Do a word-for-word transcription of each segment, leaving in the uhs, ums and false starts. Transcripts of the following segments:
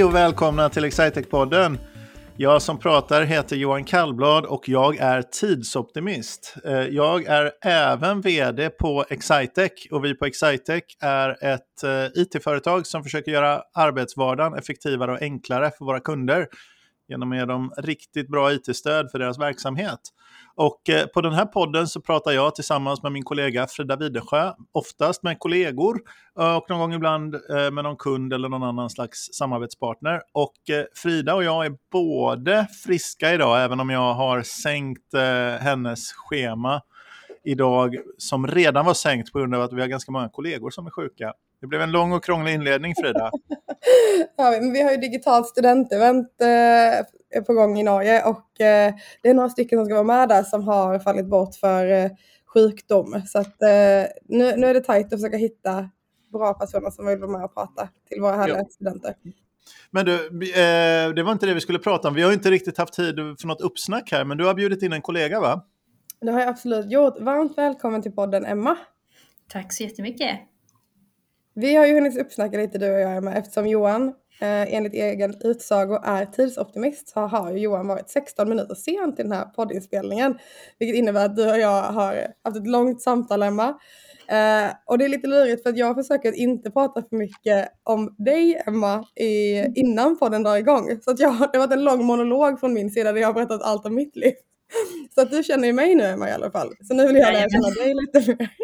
Hej och välkomna till Excitec-podden. Jag som pratar heter Johan Kallblad och jag är tidsoptimist. Jag är även vd på Excitec och vi på Excitec är ett I T-företag som försöker göra arbetsvardagen effektivare och enklare för våra kunder genom att ge dem riktigt bra I T-stöd för deras verksamhet. Och på den här podden så pratar jag tillsammans med min kollega Frida Widesjö, oftast med kollegor och någon gång ibland med någon kund eller någon annan slags samarbetspartner. Och Frida och jag är både friska idag, även om jag har sänkt hennes schema idag som redan var sänkt på grund av att vi har ganska många kollegor som är sjuka. Det blev en lång och krånglig inledning, Frida. Ja, men vi har ju digitalt studentevent eh, på gång i Norge och eh, det är några stycken som ska vara med där som har fallit bort för eh, sjukdom. Så att, eh, nu, nu är det tajt att försöka hitta bra personer som vill vara med och prata till våra härliga ja. studenter. Men du, eh, det var inte det vi skulle prata om. Vi har inte riktigt haft tid för något uppsnack här, men du har bjudit in en kollega, va? Det har jag absolut gjort. Varmt välkommen till podden, Emma. Tack så jättemycket. Vi har ju hunnit uppsnacka lite du och jag med eftersom Johan eh, enligt egen utsago är tidsoptimist så har ju Johan varit sexton minuter sent i den här poddinspelningen. Vilket innebär att du och jag har haft ett långt samtal, Emma. Eh, och det är lite lurigt för att jag försöker att inte prata för mycket om dig, Emma, i, innan podden drar igång. Så att jag, det har varit en lång monolog från min sida där jag har berättat allt om mitt liv. Så att du känner ju mig nu, Emma, i alla fall. Så nu vill jag lära känna dig lite mer.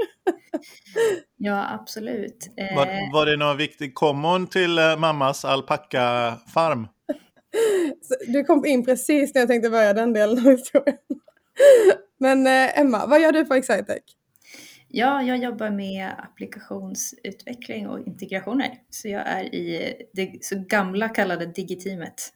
Ja, absolut. Eh... Var, var det någon viktig kommon till eh, mammas alpacka-farm? Du kom in precis när jag tänkte börja den delen av historien. Men eh, Emma, vad gör du på Excitec? Ja, jag jobbar med applikationsutveckling och integrationer. Så jag är i det så gamla kallade Digi-teamet.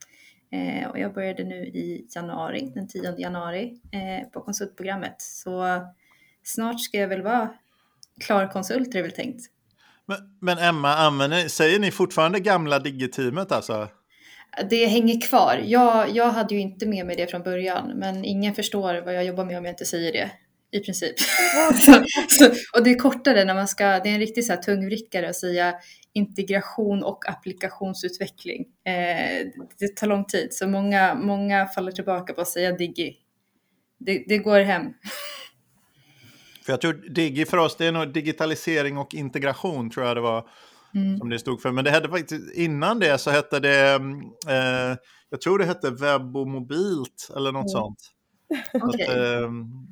Eh, och jag började nu i januari, den tionde januari eh, på konsultprogrammet. Så snart ska jag väl vara klar konsult, är det väl tänkt. Men, men Emma, använder, säger ni fortfarande gamla Digi-teamet alltså? Det hänger kvar. Jag, jag hade ju inte med mig det från början. Men ingen förstår vad jag jobbar med om jag inte säger det. I princip. så, så, och det är kortare när man ska, det är en riktigt så här tungvrickare att säga integration och applikationsutveckling. Eh, det tar lång tid. Så många, många faller tillbaka på att säga Digi. Det, det går hem. För jag tror Digi för oss, det är nog digitalisering och integration tror jag det var mm. som det stod för. Men det hette faktiskt, innan det så hette det, eh, jag tror det hette webb och mobilt eller något mm. sånt. Okay. Så, eh,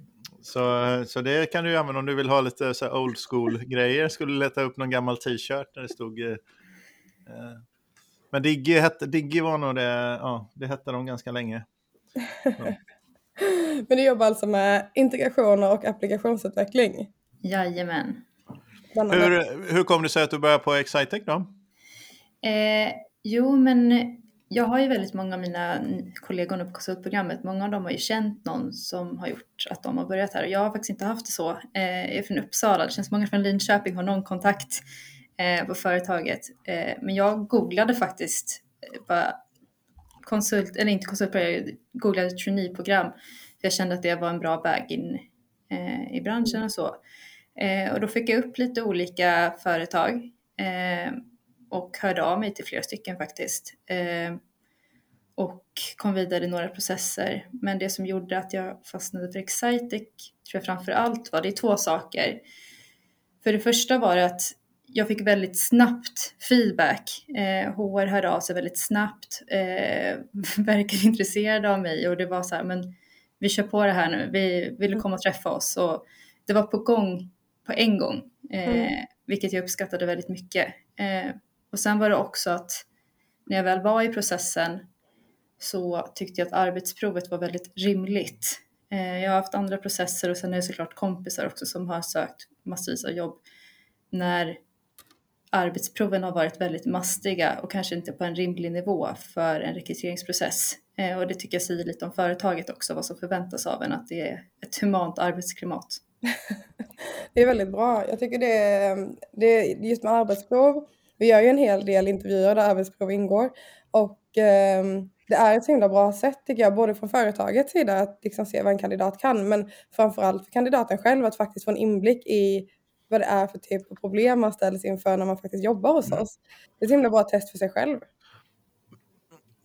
så, så det kan du ju använda om du vill ha lite så här old school grejer. Skulle leta upp någon gammal t-shirt där det stod... Eh, eh. Men Digi, hette, Digi var nog det, ja, det hette de ganska länge. Så. Men du jobbar alltså med integrationer och applikationsutveckling? Jajamän. Hur, hur kom det sig att du började på Excitec då? Eh, jo, men jag har ju väldigt många av mina kollegor på konsultprogrammet. Många av dem har ju känt någon som har gjort att de har börjat här. Och jag har faktiskt inte haft det så. Eh, jag är från Uppsala. Det känns många från Linköping har någon kontakt eh, på företaget. Eh, men jag googlade faktiskt bara konsult, eller inte konsult, jag googlade ett trainee-program. För jag kände att det var en bra väg in eh, i branschen och så. Eh, och då fick jag upp lite olika företag. Eh, och hörde av mig till flera stycken faktiskt. Eh, och kom vidare i några processer. Men det som gjorde att jag fastnade för Excitec tror jag framför allt var det är två saker. För det första var det att jag fick väldigt snabbt feedback. Eh, H R hörde av sig väldigt snabbt. Eh, verkar intresserade av mig. Och det var så här, men vi kör på det här nu. Vi vill komma och träffa oss. Och det var på gång på en gång. Eh, mm. Vilket jag uppskattade väldigt mycket. Eh, och sen var det också att när jag väl var i processen så tyckte jag att arbetsprovet var väldigt rimligt. Eh, jag har haft andra processer och sen är det såklart kompisar också som har sökt massvis av jobb. När arbetsproven har varit väldigt mastiga och kanske inte på en rimlig nivå för en rekryteringsprocess. Eh, och det tycker jag säger lite om företaget också, vad som förväntas av en, att det är ett humant arbetsklimat. Det är väldigt bra. Jag tycker det är, det är just med arbetsprov. Vi gör ju en hel del intervjuer där arbetsprov ingår. Och eh, det är ett så himla bra sätt tycker jag, både från företagets sida att liksom se vad en kandidat kan. Men framförallt för kandidaten själv att faktiskt få en inblick i vad det är för typ av problem man ställs inför när man faktiskt jobbar hos oss. Det är ett himla bra test för sig själv.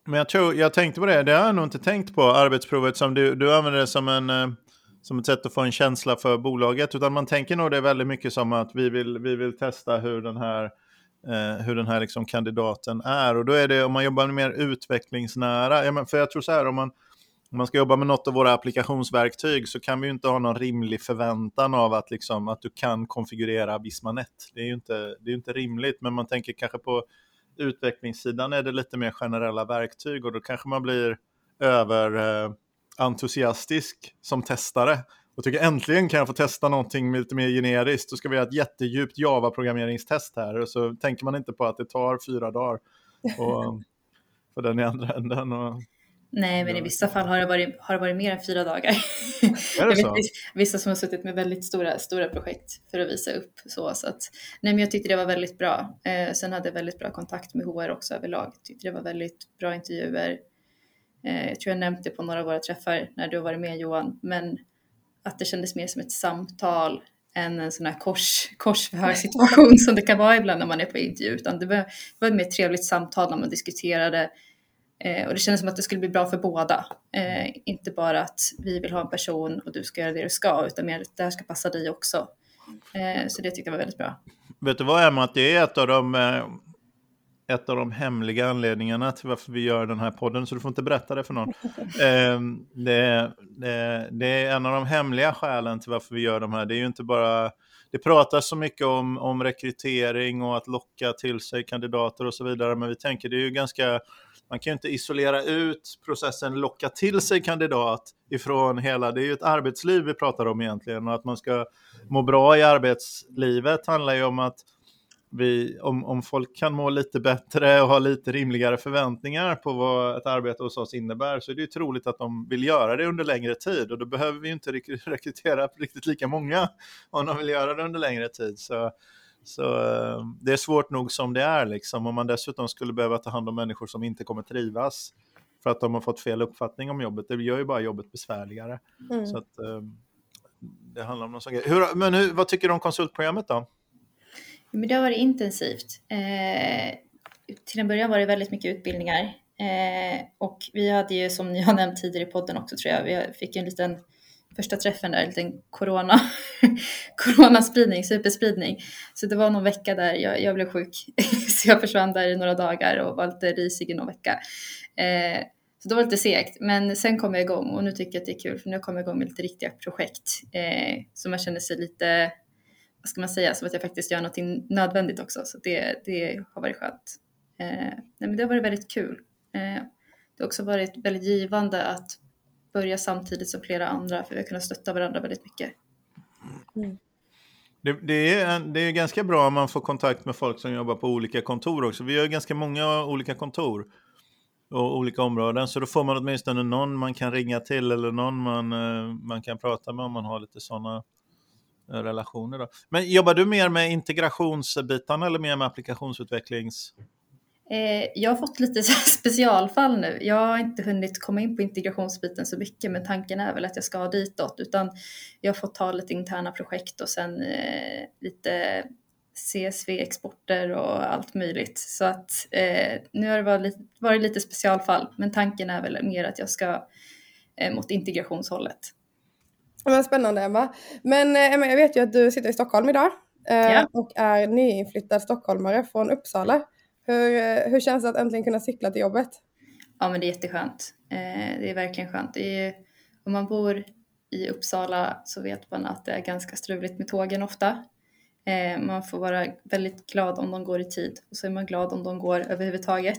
Men jag tror, jag tänkte på det, det har jag nog inte tänkt på, arbetsprovet som du, du använder det som en eh, som ett sätt att få en känsla för bolaget, utan man tänker nog det väldigt mycket som att vi vill, vi vill testa hur den här, eh, hur den här liksom kandidaten är, och då är det, om man jobbar mer utvecklingsnära, ja, men för jag tror så här, om man, om man ska jobba med något av våra applikationsverktyg så kan vi ju inte ha någon rimlig förväntan av att, liksom, att du kan konfigurera Visma.net. Det är ju inte, det är ju inte rimligt, men man tänker kanske på utvecklingssidan är det lite mer generella verktyg, och då kanske man blir över eh, entusiastisk som testare och tycker äntligen kan jag få testa någonting lite mer generiskt. Då ska vi ha ett jättedjupt Java-programmeringstest här, och så tänker man inte på att det tar fyra dagar och, för den i andra änden. Och, Nej, men i vissa fall har det varit, har det varit mer än fyra dagar. Är det så? Jag vet vissa som har suttit med väldigt stora, stora projekt för att visa upp. Så, så att, nej, men jag tyckte det var väldigt bra. Eh, sen hade jag väldigt bra kontakt med H R också överlag. Jag tyckte det var väldigt bra intervjuer. Eh, jag tror jag nämnde på några av våra träffar när du har varit med, Johan. Men att det kändes mer som ett samtal än en sån här kors, korsförhörssituation som det kan vara ibland när man är på intervju. Utan det var, det var ett mer trevligt samtal när man diskuterade. Eh, och det kändes som att det skulle bli bra för båda. Eh, inte bara att vi vill ha en person och du ska göra det du ska, utan mer att det här ska passa dig också. Eh, så det tyckte jag var väldigt bra. Vet du vad, Emma, att det är ett av de... Eh... ett av de hemliga anledningarna till varför vi gör den här podden, så du får inte berätta det för någon. eh, det, det, det är en av de hemliga skälen till varför vi gör de här. Det är ju inte bara, det pratas så mycket om, om rekrytering och att locka till sig kandidater och så vidare, men vi tänker det är ju ganska, man kan ju inte isolera ut processen locka till sig kandidat ifrån hela, det är ju ett arbetsliv vi pratar om egentligen, och att man ska må bra i arbetslivet handlar ju om att Vi, om, om folk kan må lite bättre och ha lite rimligare förväntningar på vad ett arbete hos oss innebär, så är det ju troligt att de vill göra det under längre tid, och då behöver vi ju inte rekrytera riktigt lika många om de vill göra det under längre tid. Så, så det är svårt nog som det är liksom. Om man dessutom skulle behöva ta hand om människor som inte kommer trivas för att de har fått fel uppfattning om jobbet, det gör ju bara jobbet besvärligare. Mm. Så att, det handlar om någon sån grej. Hur, men hur, vad tycker du om konsultprogrammet då? Men det har varit intensivt. Eh, till en början var det väldigt mycket utbildningar. Eh, och vi hade ju, som ni har nämnt tidigare i podden också tror jag, vi fick en liten första träffen där, en liten corona, coronaspridning, superspridning. Så det var någon vecka där jag, jag blev sjuk. Så jag försvann där i några dagar och var lite risig i någon vecka. Eh, så det var lite segt. Men sen kom jag igång, och nu tycker jag att det är kul, för nu kommer jag igång med lite riktiga projekt. Eh, så man känner sig lite... vad ska man säga, så att jag faktiskt gör något nödvändigt också. Så det, det har varit skönt. Eh, nej, men det har varit väldigt kul. Eh, det har också varit väldigt givande att börja samtidigt som flera andra, för vi har kunnat stötta varandra väldigt mycket. Mm. Det, det, är, det är ganska bra om man får kontakt med folk som jobbar på olika kontor också. Vi har ganska många olika kontor och olika områden, så då får man åtminstone någon man kan ringa till eller någon man, man kan prata med om man har lite sådana relationer då. Men jobbar du mer med integrationsbitarna eller mer med applikationsutvecklings? Eh, jag har fått lite specialfall nu. Jag har inte hunnit komma in på integrationsbiten så mycket, men tanken är väl att jag ska ditåt. Utan jag har fått ta lite interna projekt och sen eh, lite C S V-exporter och allt möjligt. Så att eh, nu har det varit lite, varit lite specialfall, men tanken är väl mer att jag ska eh, mot integrationshållet. Men spännande, Emma. Men Emma, jag vet ju att du sitter i Stockholm idag eh, ja. och är nyinflyttad stockholmare från Uppsala. Hur, hur känns det att äntligen kunna cykla till jobbet? Ja, men det är jätteskönt. Eh, det är verkligen skönt. Det är, om man bor i Uppsala så vet man att det är ganska struligt med tågen ofta. Eh, man får vara väldigt glad om de går i tid, och så är man glad om de går överhuvudtaget.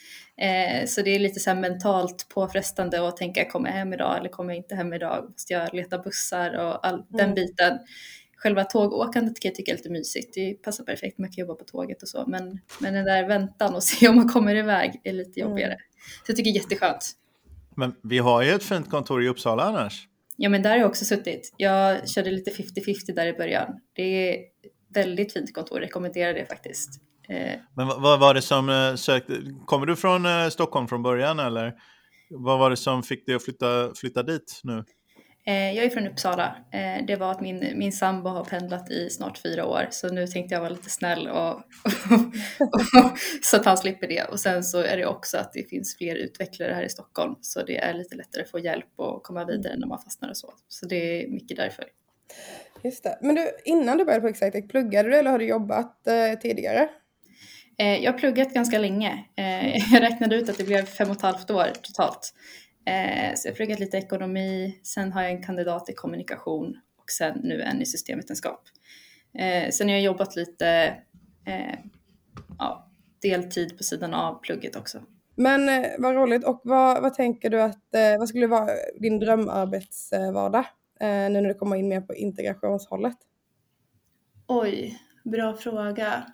Eh, så det är lite så här mentalt påfrestande att tänka, kommer jag hem idag eller kommer jag inte hem idag? Måste jag leta bussar och all mm. den biten. Själva tågåkandet kan jag tycka är lite mysigt. Det passar perfekt, man kan jobba på tåget och så. Men, men den där väntan och se om man kommer iväg är lite jobbigare. Mm. Så jag tycker det är jätteskönt. Men vi har ju ett fint kontor i Uppsala annars. Ja, men där har jag också suttit. Jag körde lite femtio femtio där i början. Det är väldigt fint kontor, rekommenderar det faktiskt. Men vad, vad var det som sökte? Kommer du från Stockholm från början eller vad var det som fick dig att flytta, flytta dit nu? Jag är från Uppsala. Det var att min, min sambo har pendlat i snart fyra år. Så nu tänkte jag vara lite snäll och, och, och, så att han slipper det. Och sen så är det också att det finns fler utvecklare här i Stockholm. Så det är lite lättare att få hjälp och komma vidare när man fastnar och så. Så det är mycket därför. Just det. Men du, innan du började på Excitec, pluggade du eller har du jobbat eh, tidigare? Jag har pluggat ganska länge. Jag räknade ut att det blev fem och ett halvt år totalt. Så jag har pluggat lite ekonomi, sen har jag en kandidat i kommunikation och sen nu en i systemvetenskap. Sen har jag jobbat lite ja, deltid på sidan av plugget också. Men vad roligt, och vad, vad tänker du att, vad skulle vara din drömarbetsvardag nu när du kommer in mer på integrationshållet? Oj, bra fråga.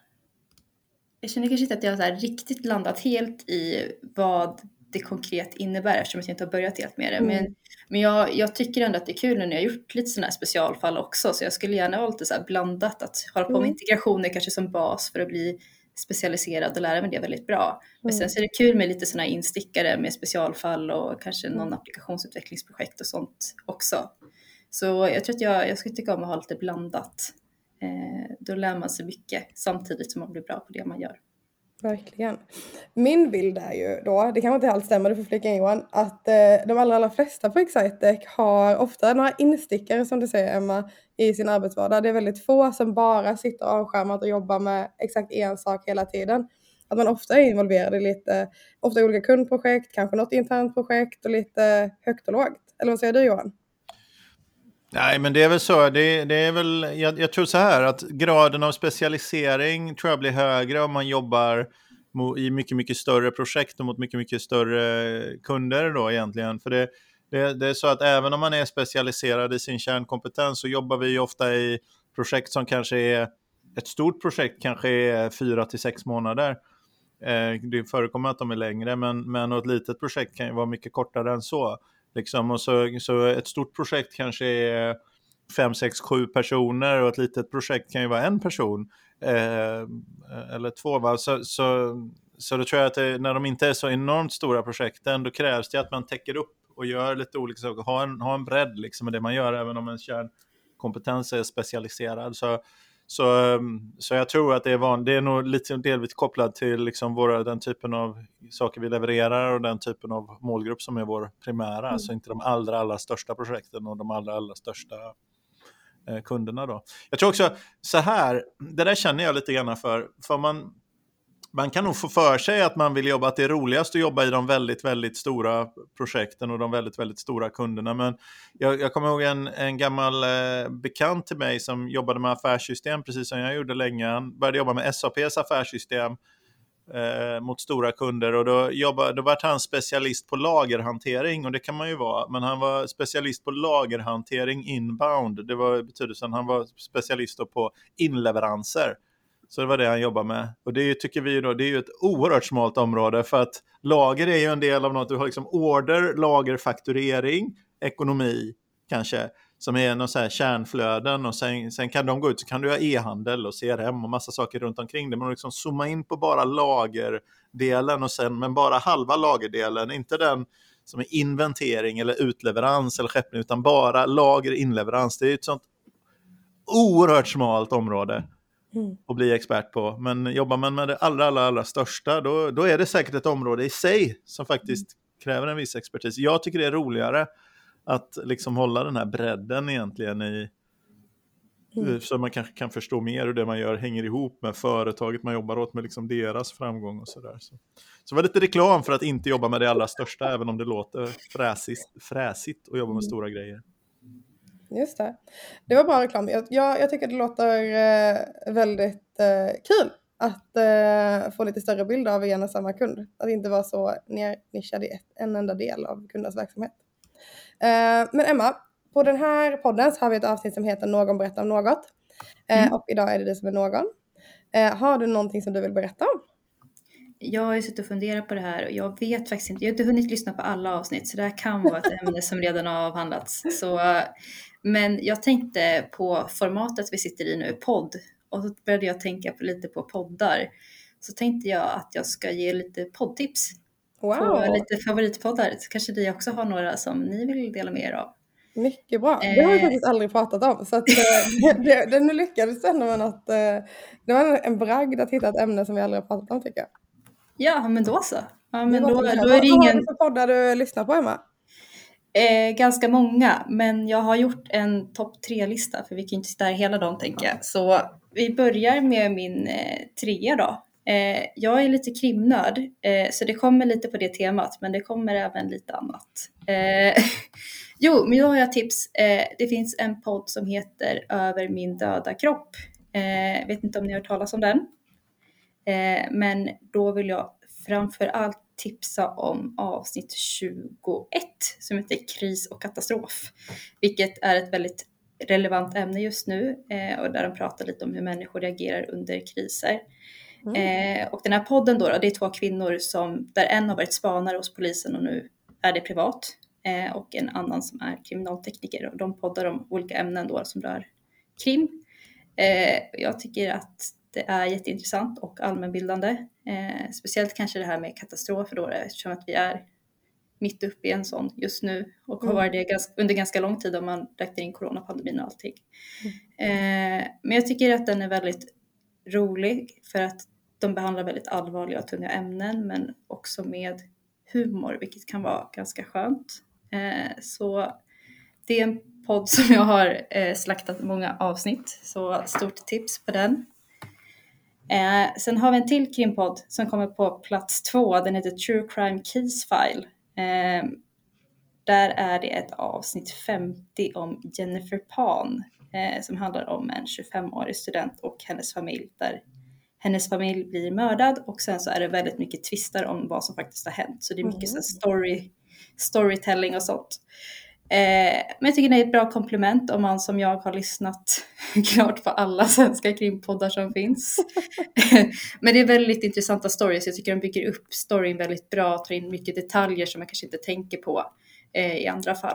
Jag känner kanske inte att jag har så här riktigt landat helt i vad det konkret innebär eftersom jag inte har börjat helt med det. Mm. Men, men jag, jag tycker ändå att det är kul när jag har gjort lite sådana här specialfall också. Så jag skulle gärna ha lite så här blandat, att hålla på med mm. integrationer kanske som bas för att bli specialiserad och lära mig det väldigt bra. Men mm. sen så är det kul med lite sådana här instickare med specialfall och kanske någon mm. applikationsutvecklingsprojekt och sånt också. Så jag tror att jag, jag skulle tycka om att ha lite blandat. Eh, då lär man sig mycket samtidigt som man blir bra på det man gör. Verkligen. Min bild är ju då, det kan inte alls stämma, du får flika in Johan, att eh, de allra, allra flesta på Excitec har ofta några instickare som du säger Emma i sin arbetsvardag. Det är väldigt få som bara sitter avskärmat och jobbar med exakt en sak hela tiden. Att man ofta är involverad i lite, ofta olika kundprojekt, kanske något internt projekt och lite högt och lågt. Eller vad säger du Johan? Nej, men det är väl så. Det, det är väl, jag, jag tror så här att graden av specialisering tror jag blir högre om man jobbar mo, i mycket, mycket större projekt och mot mycket, mycket större kunder då egentligen. För det, det, det är så att även om man är specialiserad i sin kärnkompetens så jobbar vi ofta i projekt som kanske är, ett stort projekt kanske är fyra till sex månader. Eh, det förekommer att de är längre, men, men ett litet projekt kan ju vara mycket kortare än så. Liksom, och så, så ett stort projekt kanske är fem, sex, sju personer och ett litet projekt kan ju vara en person eh, eller två. Va? Så, så, så då tror jag att det, när de inte är så enormt stora projekten då krävs det att man täcker upp och gör lite olika saker. Ha en, ha en bredd liksom med det man gör även om en kärnkompetens är specialiserad. Så, så, så jag tror att det är, van, det är nog lite delvis kopplat till liksom våra, den typen av saker vi levererar och den typen av målgrupp som är vår primära. Mm. Alltså inte de allra, allra största projekten och de allra, allra största eh, kunderna då. Jag tror också så här, det där känner jag lite grann för. För man, man kan nog få för sig att man vill jobba, att det är roligast att jobba i de väldigt, väldigt stora projekten och de väldigt, väldigt stora kunderna. Men jag, jag kommer ihåg en, en gammal eh, bekant till mig som jobbade med affärssystem precis som jag gjorde länge. Han började jobba med S A P:s affärssystem eh, mot stora kunder och då, jobbade, då var han specialist på lagerhantering och det kan man ju vara. Men han var specialist på lagerhantering inbound. Det var betydelsen, han var specialist på inleveranser. Så det var det han jobbar med. Och det tycker vi då, det är ju ett oerhört smalt område för att lager är ju en del av något. Du har liksom order, lager, fakturering, ekonomi kanske, som är någon så här kärnflöden och sen, sen kan de gå ut så kan du ha e-handel och C R M och massa saker runt omkring det. Man liksom zooma in på bara lagerdelen och sen, men bara halva lagerdelen, inte den som är inventering eller utleverans eller skeppning utan bara lager, inleverans. Det är ett sånt oerhört smalt område. Mm. Och bli expert på. Men jobbar man med det allra, allra, allra största då, då är det säkert ett område i sig som faktiskt mm. kräver en viss expertis. Jag tycker det är roligare att liksom hålla den här bredden egentligen i mm. så man kanske kan förstå mer hur det man gör hänger ihop med företaget man jobbar åt med liksom deras framgång och sådär. Så. så var det lite reklam för att inte jobba med det allra största även om det låter fräsigt, fräsigt att jobba med mm. stora grejer. Just det. Det var bra reklam. Jag, jag, jag tycker det låter eh, väldigt eh, kul att eh, få lite större bild av en och samma kund. Att inte vara så nischad i ett, en enda del av kundens verksamhet. Eh, men Emma, på den här podden så har vi ett avsnitt som heter Någon berättar om något. Eh, mm. Och idag är det du som är någon. Eh, har du någonting som du vill berätta om? Jag har ju suttit och funderat på det här och jag vet faktiskt inte, jag har inte hunnit lyssna på alla avsnitt så det här kan vara ett ämne som redan har avhandlats. Så, men jag tänkte på formatet vi sitter i nu, podd, och så började jag tänka på lite på poddar. Så tänkte jag att jag ska ge lite poddtips wow. på lite favoritpoddar. Så kanske ni också har några som ni vill dela med er av. Mycket bra. Det har vi faktiskt aldrig pratat om. Så att, det, det, det, nu lyckades det ändå med något. Det var en bragd att hitta ett ämne som vi aldrig har pratat om, tycker jag. Ja, men då så. Ja, men då, då, då är det vad ingen... Vad har du för poddar du lyssnar på, Emma? Eh, ganska många, men jag har gjort en topp tre-lista, för vi kan inte sitta här hela dagen, tänker jag. Så vi börjar med min eh, trea då. Eh, jag är lite krimnörd, eh, så det kommer lite på det temat, men det kommer även lite annat. Eh, jo, men då har jag tips. Eh, det finns en podd som heter Över min döda kropp. Eh, vet inte om ni har hört talas om den. Eh, men då vill jag framför allt tipsa om avsnitt tjugoett som heter Kris och katastrof, vilket är ett väldigt relevant ämne just nu, eh, och där de pratar lite om hur människor reagerar under kriser. Mm. Eh, och den här podden då, då, det är två kvinnor som, där en har varit spanare hos polisen och nu är det privat, eh, och en annan som är kriminaltekniker, och de poddar om olika ämnen då som rör krim. Eh, jag tycker att det är jätteintressant och allmänbildande. Eh, speciellt kanske det här med katastrofer då, eftersom att vi är mitt uppe i en sån just nu. Och har varit det ganska, under ganska lång tid om man räknar in coronapandemin och allting. Mm. Eh, men jag tycker att den är väldigt rolig för att de behandlar väldigt allvarliga och tunga ämnen, men också med humor, vilket kan vara ganska skönt. Eh, så det är en podd som jag har eh, slaktat många avsnitt, så stort tips på den. Eh, sen har vi en till krimpodd som kommer på plats två. Den heter True Crime Case File. Eh, där är det ett avsnitt femtio om Jennifer Pan, eh, som handlar om en tjugofemårig student och hennes familj, där hennes familj blir mördad, och sen så är det väldigt mycket twistar om vad som faktiskt har hänt. Så det är mycket mm. så story, storytelling och sånt. Eh, men jag tycker det är ett bra komplement om man som jag har lyssnat klart på alla svenska krimpoddar som finns. Men det är väldigt intressanta stories. Jag tycker de bygger upp storyn väldigt bra, tar in mycket detaljer som man kanske inte tänker på eh, i andra fall.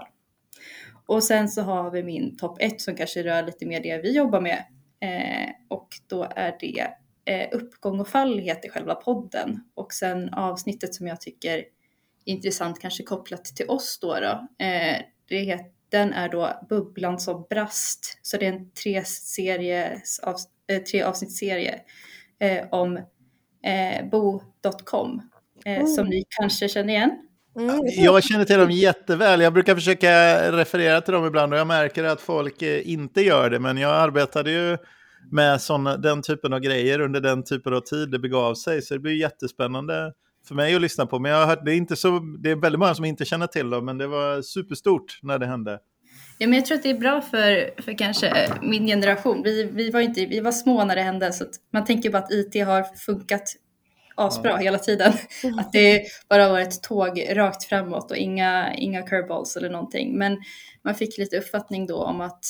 Och sen så har vi min topp ett som kanske rör lite mer det vi jobbar med. Eh, och då är det eh, uppgång och fall heter själva podden. Och sen avsnittet som jag tycker är intressant, kanske kopplat till oss då. då eh, det heter, den är då Bubblan som brast. Så det är en tre, series, av, eh, tre avsnittsserie eh, om eh, bo punkt com eh, mm. som ni kanske känner igen. Mm. Jag känner till dem jätteväl. Jag brukar försöka referera till dem ibland och jag märker att folk inte gör det. Men jag arbetade ju med såna, den typen av grejer under den typen av tid det begav sig. Så det blir jättespännande för mig att lyssna på. Men jag har hört, det, är inte så, det är väldigt många som inte känner till dem. Men det var superstort när det hände. Ja, men jag tror att det är bra för, för kanske min generation. Vi, vi, var inte, vi var små när det hände. Så att man tänker bara att I T har funkat asbra ja. hela tiden. Att det bara var ett tåg rakt framåt och inga, inga curveballs eller någonting. Men man fick lite uppfattning då om att,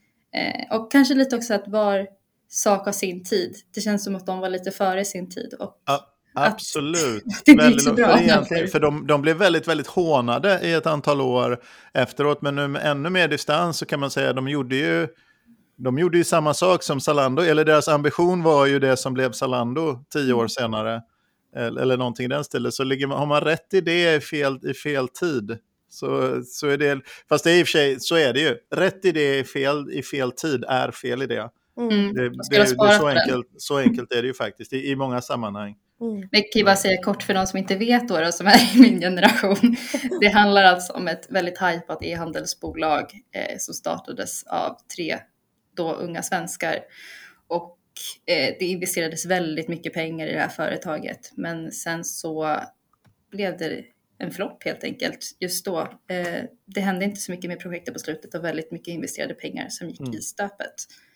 eh, och kanske lite också att var sak av sin tid. Det känns som att de var lite före sin tid. Och ja, absolut. Det blir så bra. För, för de, de blev väldigt, väldigt hånade i ett antal år efteråt. Men nu med ännu mer distans så kan man säga att de gjorde ju De gjorde ju samma sak som Zalando, eller deras ambition var ju det som blev Zalando tio år senare. Eller någonting i den stilen. Så ligger man, har man rätt i det i fel, i fel tid så, så är det, fast det är i och för sig, så är det ju. Rätt i det i fel, i fel tid är fel i det. Mm. det, det, det, det är så, enkelt, så enkelt är det ju faktiskt i, i många sammanhang. Mm. Men kan ju bara säga kort för de som inte vet då, då som är i min generation. Det handlar alltså om ett väldigt hypat e-handelsbolag eh, som startades av tre då unga svenskar. Och eh, det investerades väldigt mycket pengar i det här företaget. Men sen så blev det en flopp helt enkelt just då. Eh, det hände inte så mycket med projektet på slutet och väldigt mycket investerade pengar som gick mm. i stöpet.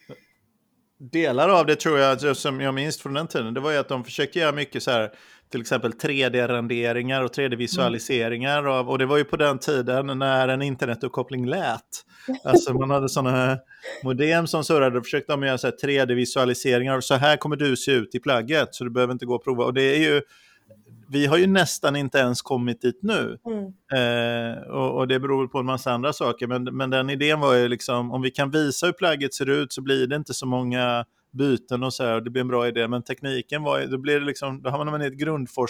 Delar av det tror jag, som jag minns från den tiden, det var ju att de försökte göra mycket så här, till exempel tre D-renderingar och tre D-visualiseringar. Mm. Av, och det var ju på den tiden när en internetuppkoppling lät. Alltså man hade sådana modem som surrade och försökte de göra så här tre D-visualiseringar. Så här kommer du se ut i plagget, så du behöver inte gå och prova. Och det är ju, vi har ju nästan inte ens kommit dit nu. Mm. Eh, och, och det beror på en massa andra saker. Men, men den idén var ju liksom, om vi kan visa hur plagget ser ut så blir det inte så många byten och så här. Det blir en bra idé. Men tekniken var, då blir det liksom, då har man ett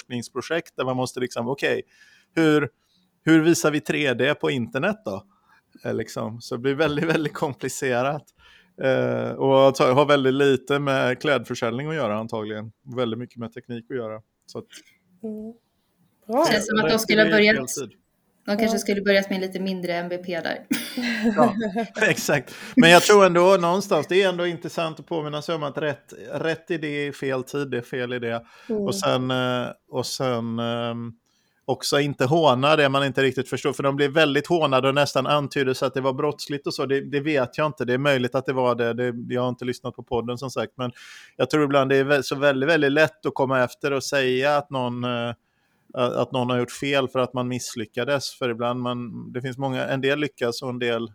grundforskningsprojekt där man måste liksom, okej, okay, hur, hur visar vi tre D på internet då? eh, liksom. Så det blir väldigt, väldigt komplicerat. Eh, och har väldigt lite med klädförsäljning att göra antagligen. Väldigt mycket med teknik att göra. Så att, Mm. Det känns som att de skulle ha börjat... heltid. De kanske skulle börjat med lite mindre M B P där. Ja, exakt. Men jag tror ändå någonstans, det är ändå intressant att påminna sig om att rätt, rätt idé är fel tid, det är fel idé. Mm. Och sen, och sen um, också inte håna det man inte riktigt förstår. För de blev väldigt hånade och nästan antyddes att det var brottsligt och så. Det, det vet jag inte, det är möjligt att det var det. det. Jag har inte lyssnat på podden som sagt. Men jag tror ibland det är så väldigt, väldigt lätt att komma efter och säga att någon... Uh, att någon har gjort fel för att man misslyckades. För ibland man, det finns många, en del lyckas och en del,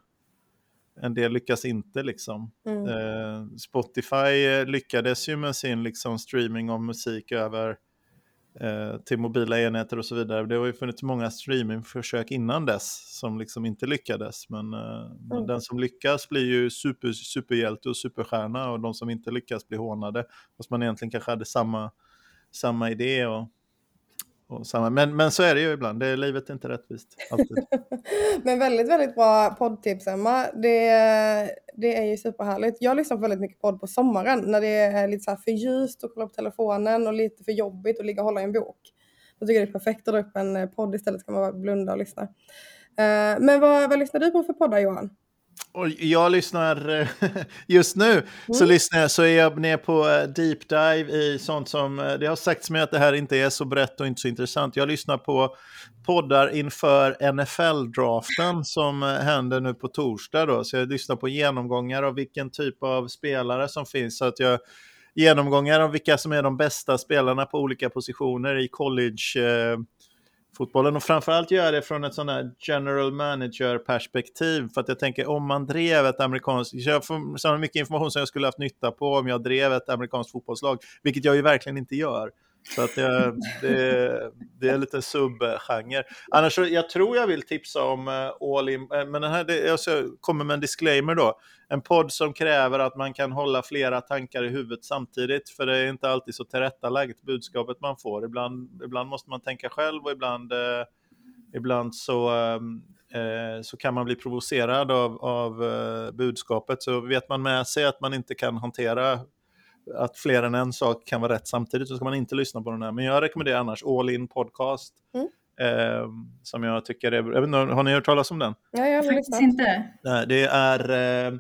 en del lyckas inte liksom. Mm. Eh, Spotify lyckades ju med sin liksom streaming av musik över eh, till mobila enheter och så vidare. Det har ju funnits många streamingförsök innan dess som liksom inte lyckades. Men, eh, mm. men den som lyckas blir ju super, superhjälte och superstjärna, och de som inte lyckas blir hånade. Fast man egentligen kanske hade samma, samma idé och Och samma. Men, men så är det ju ibland. Det, livet är inte rättvist. Alltid. Men väldigt, väldigt bra poddtips, Emma. Det, det är ju superhärligt. Jag lyssnar på väldigt mycket podd på sommaren. När det är lite så här för ljust och kolla på telefonen och lite för jobbigt och ligga och hålla i en bok. Jag tycker det är perfekt att dra upp en podd istället. Ska man bara blunda och lyssna. Men vad, vad lyssnar du på för poddar, Johan? Och jag lyssnar just nu mm. så lyssnar jag, så är jag ner på deep dive i sånt som det har sagts mig att det här inte är så brett och inte så intressant. Jag lyssnar på poddar inför N F L-draften som händer nu på torsdag då. Så jag lyssnar på genomgångar av vilken typ av spelare som finns, så att jag genomgångar av vilka som är de bästa spelarna på olika positioner i college eh, fotbollen, och framförallt gör det från ett sånt här general manager perspektiv, för att jag tänker om man drev ett amerikanskt, jag får så mycket information som jag skulle haft nytta på om jag drev ett amerikanskt fotbollslag, vilket jag ju verkligen inte gör. Så att jag, det, det är lite subgenre. Annars så, jag tror jag vill tipsa om uh, All In, men den här, det, jag kommer med en disclaimer då. En podd som kräver att man kan hålla flera tankar i huvudet samtidigt, för det är inte alltid så tillrättalagt budskapet man får. Ibland, ibland måste man tänka själv, och ibland, uh, ibland så, um, uh, så kan man bli provocerad av, av uh, budskapet. Så vet man med sig att man inte kan hantera att fler än en sak kan vara rätt samtidigt, så ska man inte lyssna på den här. Men jag rekommenderar annars All In Podcast. Mm. Eh, som jag tycker är... Jag vet inte, har ni hört talas om den? Ja, jag har faktiskt inte. Det är eh,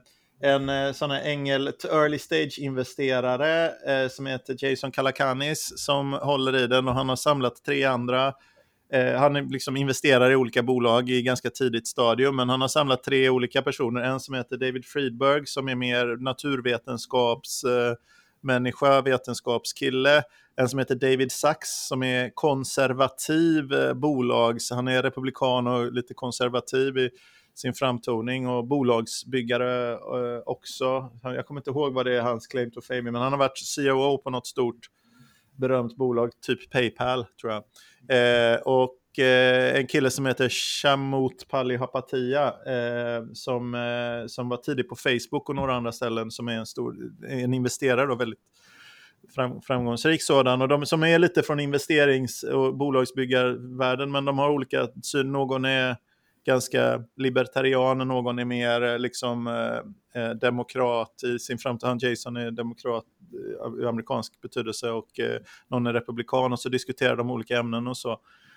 en sån här ängel early stage investerare eh, som heter Jason Calacanis som håller i den, och han har samlat tre andra. Eh, han är liksom investerare i olika bolag i ganska tidigt stadium, men han har samlat tre olika personer. En som heter David Friedberg som är mer naturvetenskaps eh, människa, vetenskapskille. En som heter David Sachs som är konservativ eh, bolags, han är republikan och lite konservativ i sin framtoning, och bolagsbyggare eh, också. Jag kommer inte ihåg vad det är hans claim to fame, men han har varit C O O på något stort berömt bolag, typ PayPal tror jag. Eh, och eh, en kille som heter Shamut Palihapitiya eh, som, eh, som var tidig på Facebook och några andra ställen, som är en stor en investerare och väldigt fram, framgångsrik sådan, och de som är lite från investerings- och bolagsbyggarvärlden, men de har olika syn. Någon är ganska libertarian och någon är mer liksom eh, demokrat i sin framtid. Jason är demokrat i amerikansk betydelse och eh, någon är republikan, och så diskuterar de olika ämnen och så.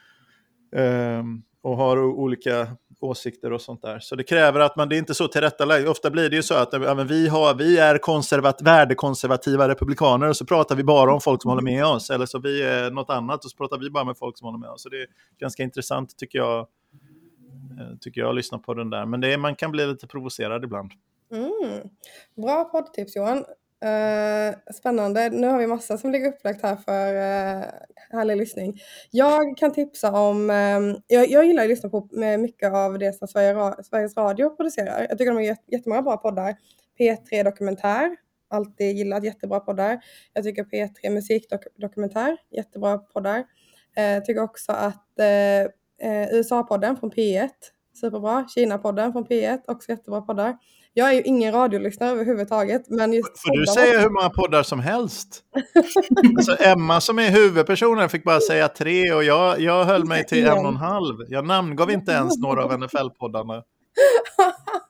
Eh, och har olika åsikter och sånt där. Så det kräver att man, det är inte så tillrättalagt. Ofta blir det ju så att ja, men vi, har, vi är konservat, värdekonservativa republikaner, och så pratar vi bara om folk som håller med oss. Eller så vi är något annat och så pratar vi bara med folk som håller med oss. Så det är ganska intressant tycker jag. Tycker jag lyssnar på den där. Men det är, man kan bli lite provocerad ibland. Mm. Bra poddtips, Johan. Uh, spännande. Nu har vi massa som ligger upplagt här för uh, härlig lyssning. Jag kan tipsa om... Um, jag, jag gillar att lyssna på mycket av det som Sverige, Sveriges Radio producerar. Jag tycker de har jättemånga bra poddar. P tre Dokumentär. Alltid gillat jättebra poddar. Jag tycker P tre Musikdokumentär. Jättebra poddar. Jag uh, tycker också att... Uh, Uh, U S A-podden från P ett, superbra. Kina-podden från P ett, också jättebra poddar. Jag är ju ingen radiolyssnare överhuvudtaget, men just får du säga hur många poddar som helst? Alltså Emma som är huvudpersonen fick bara säga tre, och jag, jag höll mig till en och en halv. Jag namngav inte ens några av N F L-poddarna.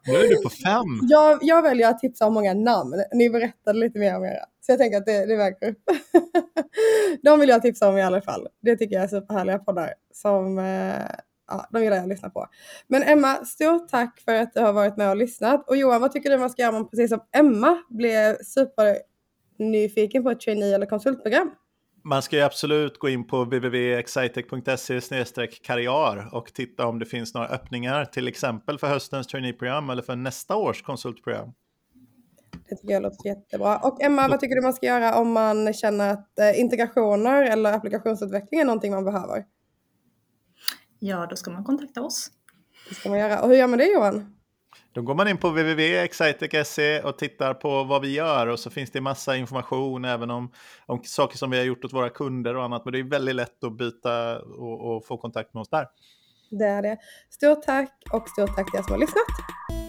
Nu är du på fem. Jag, jag väljer att tipsa om många namn. Ni berättade lite mer om era. Så jag tänker att det, det väger upp. De vill jag tipsa om i alla fall. Det tycker jag är superhärliga poddar. Som, eh, ja, de gillar jag att lyssna på. Men Emma, stort tack för att du har varit med och lyssnat. Och Johan, vad tycker du man ska göra om man precis som Emma blev supernyfiken på ett trainee- eller konsultprogram? Man ska ju absolut gå in på w w w punkt excitec punkt se slash karriär och titta om det finns några öppningar, till exempel för höstens traineeprogram eller för nästa års konsultprogram. Det tycker jag låter jättebra. Och Emma, vad tycker du man ska göra om man känner att eh, integrationer eller applikationsutveckling är någonting man behöver? Ja, då ska man kontakta oss. Det ska man göra. Och hur gör man det, Johan? Då går man in på w w w punkt excitec punkt se och tittar på vad vi gör, och så finns det massa information även om, om saker som vi har gjort åt våra kunder och annat, men det är väldigt lätt att byta och, och få kontakt med oss där. Det är det. Stort tack och stort tack till er som har lyssnat.